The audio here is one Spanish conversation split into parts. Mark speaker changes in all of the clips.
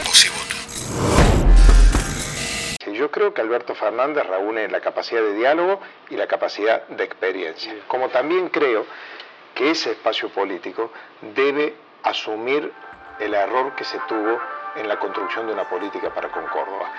Speaker 1: Voz y Voto. Yo creo que Alberto Fernández reúne la capacidad de diálogo y la capacidad de experiencia. Como también creo que ese espacio político debe asumir el error que se tuvo en la construcción de una política para con Córdoba.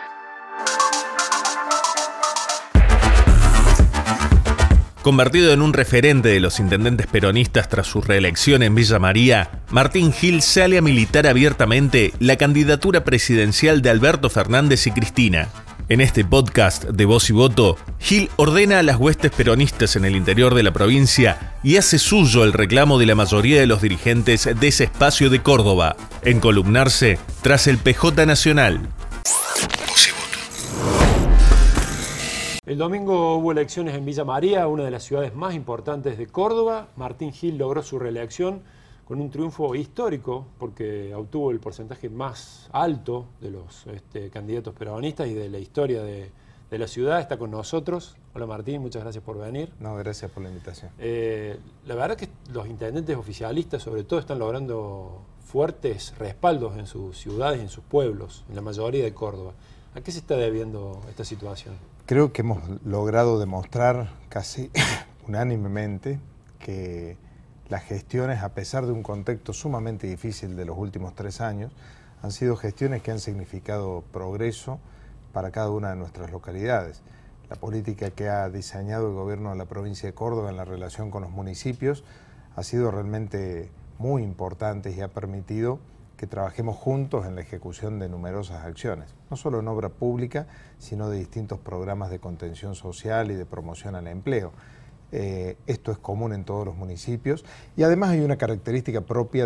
Speaker 2: Convertido en un referente de los intendentes peronistas tras su reelección en Villa María, Martín Gil sale a militar abiertamente la candidatura presidencial de Alberto Fernández y Cristina. En este podcast de Voz y Voto, Gil ordena a las huestes peronistas en el interior de la provincia y hace suyo el reclamo de la mayoría de los dirigentes de ese espacio de Córdoba, encolumnarse tras el PJ Nacional.
Speaker 1: Voz y Voto.
Speaker 3: El domingo hubo elecciones en Villa María, una de las ciudades más importantes de Córdoba. Martín Gil logró su reelección con un triunfo histórico porque obtuvo el porcentaje más alto de los candidatos peronistas y de la historia de la ciudad. Está con nosotros. Hola Martín, muchas gracias por venir.
Speaker 4: No, gracias por la invitación.
Speaker 3: La verdad que los intendentes oficialistas sobre todo están logrando fuertes respaldos en sus ciudades y en sus pueblos, en la mayoría de Córdoba. ¿A qué se está debiendo esta situación?
Speaker 4: Creo que hemos logrado demostrar casi unánimemente que las gestiones, a pesar de un contexto sumamente difícil de los últimos 3 años, han sido gestiones que han significado progreso para cada una de nuestras localidades. La política que ha diseñado el gobierno de la provincia de Córdoba en la relación con los municipios ha sido realmente muy importante y ha permitido que trabajemos juntos en la ejecución de numerosas acciones, no solo en obra pública, sino de distintos programas de contención social y de promoción al empleo. Esto es común en todos los municipios y además hay una característica propia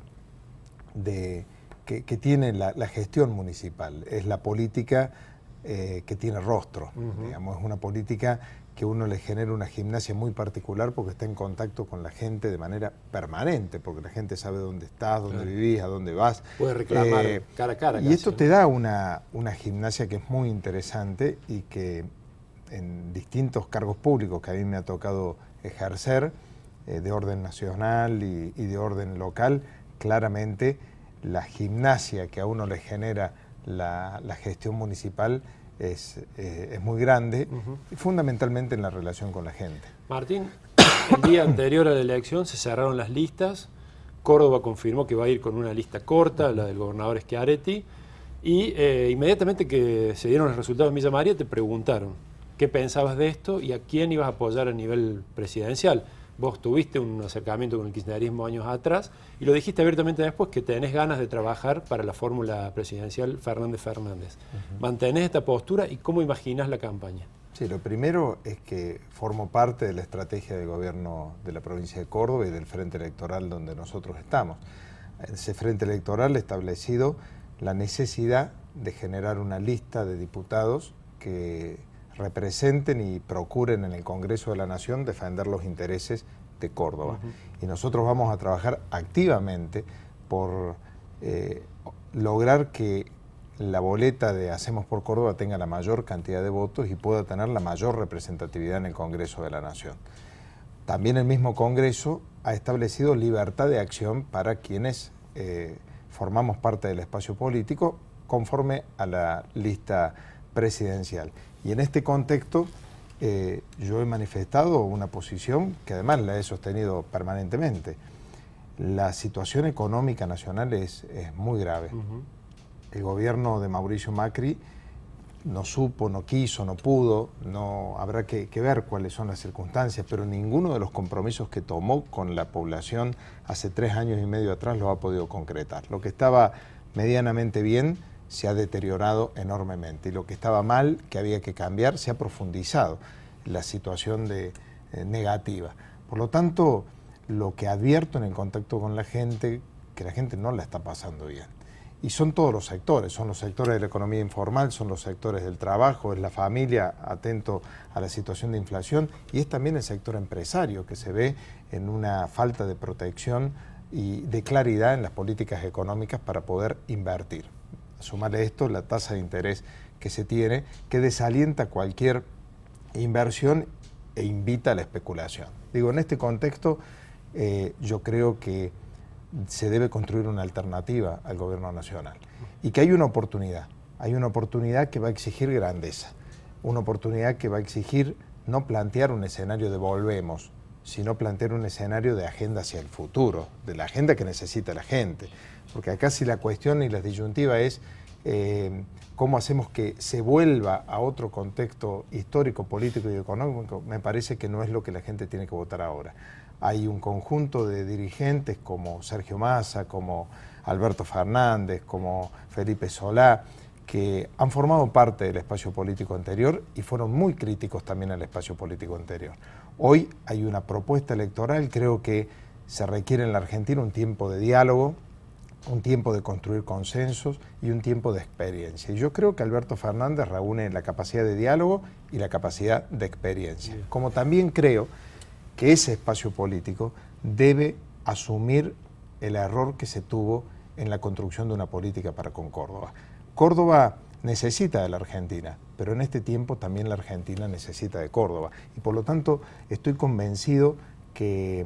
Speaker 4: que tiene la gestión municipal, es la política que tiene rostro, digamos, es una política que uno le genera una gimnasia muy particular porque está en contacto con la gente de manera permanente, porque la gente sabe dónde estás, dónde vivís, a dónde vas.
Speaker 3: Puede reclamar cara a cara.
Speaker 4: Y esto te da una gimnasia que es muy interesante y que en distintos cargos públicos que a mí me ha tocado ejercer, de orden nacional y de orden local, claramente la gimnasia que a uno le genera la gestión municipal es muy grande, y fundamentalmente en la relación con la gente.
Speaker 3: Martín, el día anterior a la elección se cerraron las listas. Córdoba confirmó que va a ir con una lista corta, la del gobernador Schiaretti, y inmediatamente que se dieron los resultados en Villa María te preguntaron qué pensabas de esto y a quién ibas a apoyar a nivel presidencial. Vos tuviste un acercamiento con el kirchnerismo años atrás y lo dijiste abiertamente después que tenés ganas de trabajar para la fórmula presidencial Fernández-Fernández. ¿Mantenés esta postura y cómo imaginás la campaña?
Speaker 4: Sí, lo primero es que formo parte de la estrategia de gobierno de la provincia de Córdoba y del frente electoral donde nosotros estamos. Ese frente electoral ha establecido la necesidad de generar una lista de diputados que representen y procuren en el Congreso de la Nación defender los intereses de Córdoba. Y nosotros vamos a trabajar activamente por lograr que la boleta de Hacemos por Córdoba tenga la mayor cantidad de votos y pueda tener la mayor representatividad en el Congreso de la Nación. También el mismo Congreso ha establecido libertad de acción para quienes formamos parte del espacio político conforme a la lista presidencial. Y en este contexto yo he manifestado una posición que además la he sostenido permanentemente. La situación económica nacional es muy grave. El gobierno de Mauricio Macri no supo, no quiso, no pudo, habrá que ver cuáles son las circunstancias, pero ninguno de los compromisos que tomó con la población hace 3 años y medio atrás lo ha podido concretar. Lo que estaba medianamente bien se ha deteriorado enormemente y lo que estaba mal, que había que cambiar, se ha profundizado la situación negativa. Por lo tanto, lo que advierto en el contacto con la gente, que la gente no la está pasando bien. Y son todos los sectores, son los sectores de la economía informal, son los sectores del trabajo, es la familia atento a la situación de inflación y es también el sector empresario que se ve en una falta de protección y de claridad en las políticas económicas para poder invertir. Sumarle a esto la tasa de interés que se tiene, que desalienta cualquier inversión e invita a la especulación. Digo, en este contexto yo creo que se debe construir una alternativa al gobierno nacional. y que hay una oportunidad que va a exigir grandeza, una oportunidad que va a exigir no plantear un escenario de volvemos, sino plantear un escenario de agenda hacia el futuro, de la agenda que necesita la gente. Porque acá sí la cuestión y la disyuntiva es cómo hacemos que se vuelva a otro contexto histórico, político y económico. Me parece que no es lo que la gente tiene que votar ahora. Hay un conjunto de dirigentes como Sergio Massa, como Alberto Fernández, como Felipe Solá, que han formado parte del espacio político anterior y fueron muy críticos también al espacio político anterior. Hoy hay una propuesta electoral, creo que se requiere en la Argentina un tiempo de diálogo, un tiempo de construir consensos y un tiempo de experiencia. Y yo creo que Alberto Fernández reúne la capacidad de diálogo y la capacidad de experiencia. Como también creo que ese espacio político debe asumir el error que se tuvo en la construcción de una política para con Córdoba. Córdoba necesita de la Argentina, pero en este tiempo también la Argentina necesita de Córdoba. Y por lo tanto estoy convencido que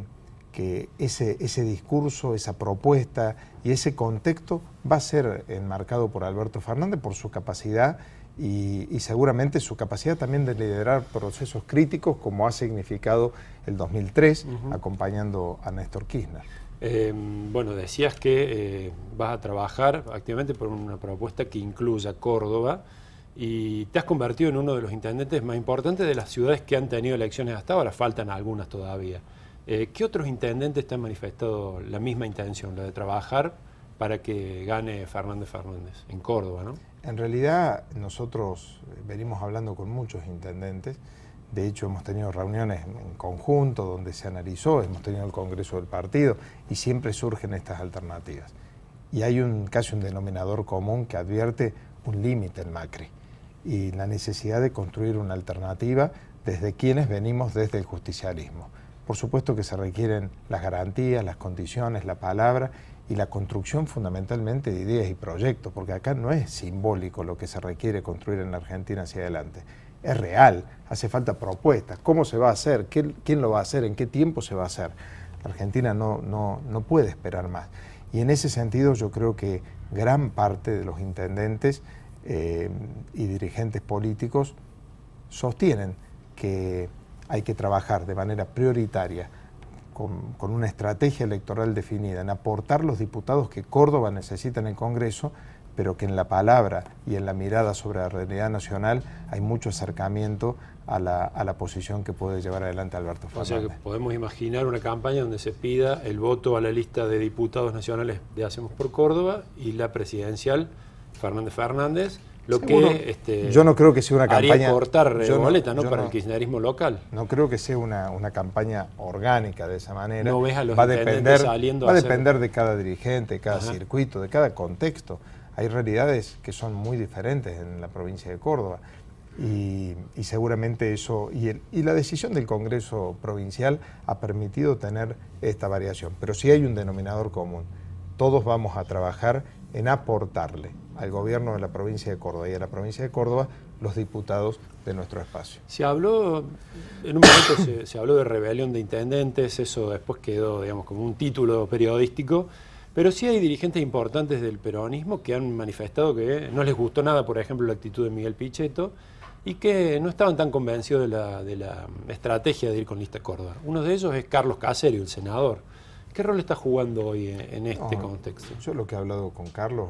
Speaker 4: ese discurso, esa propuesta y ese contexto va a ser enmarcado por Alberto Fernández por su capacidad y seguramente su capacidad también de liderar procesos críticos como ha significado el 2003 acompañando a Néstor Kirchner.
Speaker 3: Bueno, decías que vas a trabajar activamente por una propuesta que incluya Córdoba y te has convertido en uno de los intendentes más importantes de las ciudades que han tenido elecciones hasta ahora, faltan algunas todavía. ¿Qué otros intendentes te han manifestado la misma intención, la de trabajar para que gane Fernández en Córdoba, ¿no?
Speaker 4: En realidad nosotros venimos hablando con muchos intendentes. De hecho, hemos tenido reuniones en conjunto donde se analizó, hemos tenido el Congreso del partido y siempre surgen estas alternativas. Y hay casi un denominador común que advierte un límite en Macri y la necesidad de construir una alternativa desde quienes venimos desde el justicialismo. Por supuesto que se requieren las garantías, las condiciones, la palabra y la construcción fundamentalmente de ideas y proyectos, porque acá no es simbólico lo que se requiere construir en la Argentina hacia adelante. Es real, hace falta propuestas, cómo se va a hacer, quién lo va a hacer, en qué tiempo se va a hacer. La Argentina no puede esperar más. Y en ese sentido yo creo que gran parte de los intendentes y dirigentes políticos sostienen que hay que trabajar de manera prioritaria con una estrategia electoral definida en aportar los diputados que Córdoba necesita en el Congreso, pero que en la palabra y en la mirada sobre la realidad nacional hay mucho acercamiento a la posición que puede llevar adelante Alberto Fernández.
Speaker 3: O sea que podemos imaginar una campaña donde se pida el voto a la lista de diputados nacionales de Hacemos por Córdoba y la presidencial Fernández, lo que
Speaker 4: yo no creo que sea una campaña
Speaker 3: haría cortar boleta, ¿no? Para el kirchnerismo local.
Speaker 4: No creo que sea una campaña orgánica de esa manera.
Speaker 3: No ves a los
Speaker 4: intendentes
Speaker 3: saliendo
Speaker 4: va a depender de cada dirigente, de cada circuito, de cada contexto. Hay realidades que son muy diferentes en la provincia de Córdoba y seguramente eso, y la decisión del Congreso Provincial ha permitido tener esta variación. Pero sí hay un denominador común. Todos vamos a trabajar en aportarle al gobierno de la provincia de Córdoba y a la provincia de Córdoba los diputados de nuestro espacio.
Speaker 3: Se habló, en un momento se habló de rebelión de intendentes, eso después quedó, digamos, como un título periodístico, pero sí hay dirigentes importantes del peronismo que han manifestado que no les gustó nada, por ejemplo, la actitud de Miguel Pichetto y que no estaban tan convencidos de la estrategia de ir con lista Córdoba. Uno de ellos es Carlos Caserio, el senador. ¿Qué rol está jugando hoy en este contexto?
Speaker 4: Yo lo que he hablado con Carlos,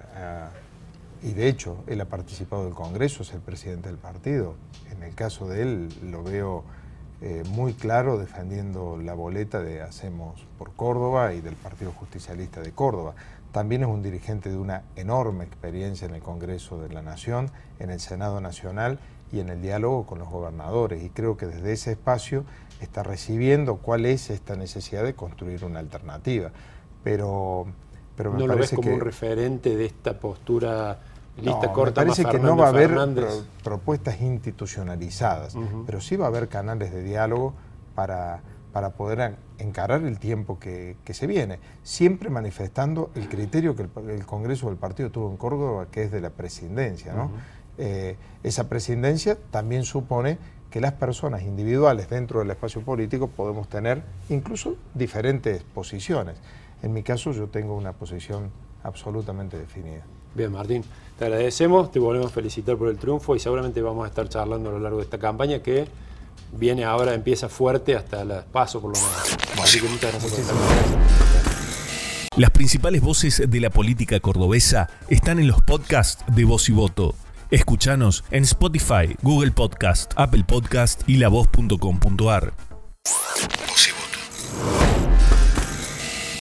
Speaker 4: y de hecho él ha participado del Congreso, es el presidente del partido. En el caso de él lo veo muy claro defendiendo la boleta de Hacemos por Córdoba y del Partido Justicialista de Córdoba. También es un dirigente de una enorme experiencia en el Congreso de la Nación, en el Senado Nacional y en el diálogo con los gobernadores. Y creo que desde ese espacio está recibiendo cuál es esta necesidad de construir una alternativa. Pero me
Speaker 3: ¿No
Speaker 4: parece
Speaker 3: lo ves como
Speaker 4: que
Speaker 3: un referente de esta postura lista corta?
Speaker 4: Me parece
Speaker 3: más
Speaker 4: que no va a haber
Speaker 3: propuestas
Speaker 4: institucionalizadas, pero sí va a haber canales de diálogo para poder encarar el tiempo que se viene, siempre manifestando el criterio que el Congreso del Partido tuvo en Córdoba, que es de la presidencia, ¿no? Esa presidencia también supone que las personas individuales dentro del espacio político podemos tener incluso diferentes posiciones. En mi caso yo tengo una posición absolutamente definida.
Speaker 3: Bien, Martín, te agradecemos, te volvemos a felicitar por el triunfo y seguramente vamos a estar charlando a lo largo de esta campaña que viene ahora, empieza fuerte hasta las PASO por lo menos. Así que muchas gracias por estar con nosotros.
Speaker 2: Las principales voces de la política cordobesa están en los podcasts de Voz y Voto. Escuchanos en Spotify, Google Podcast, Apple Podcast y lavoz.com.ar.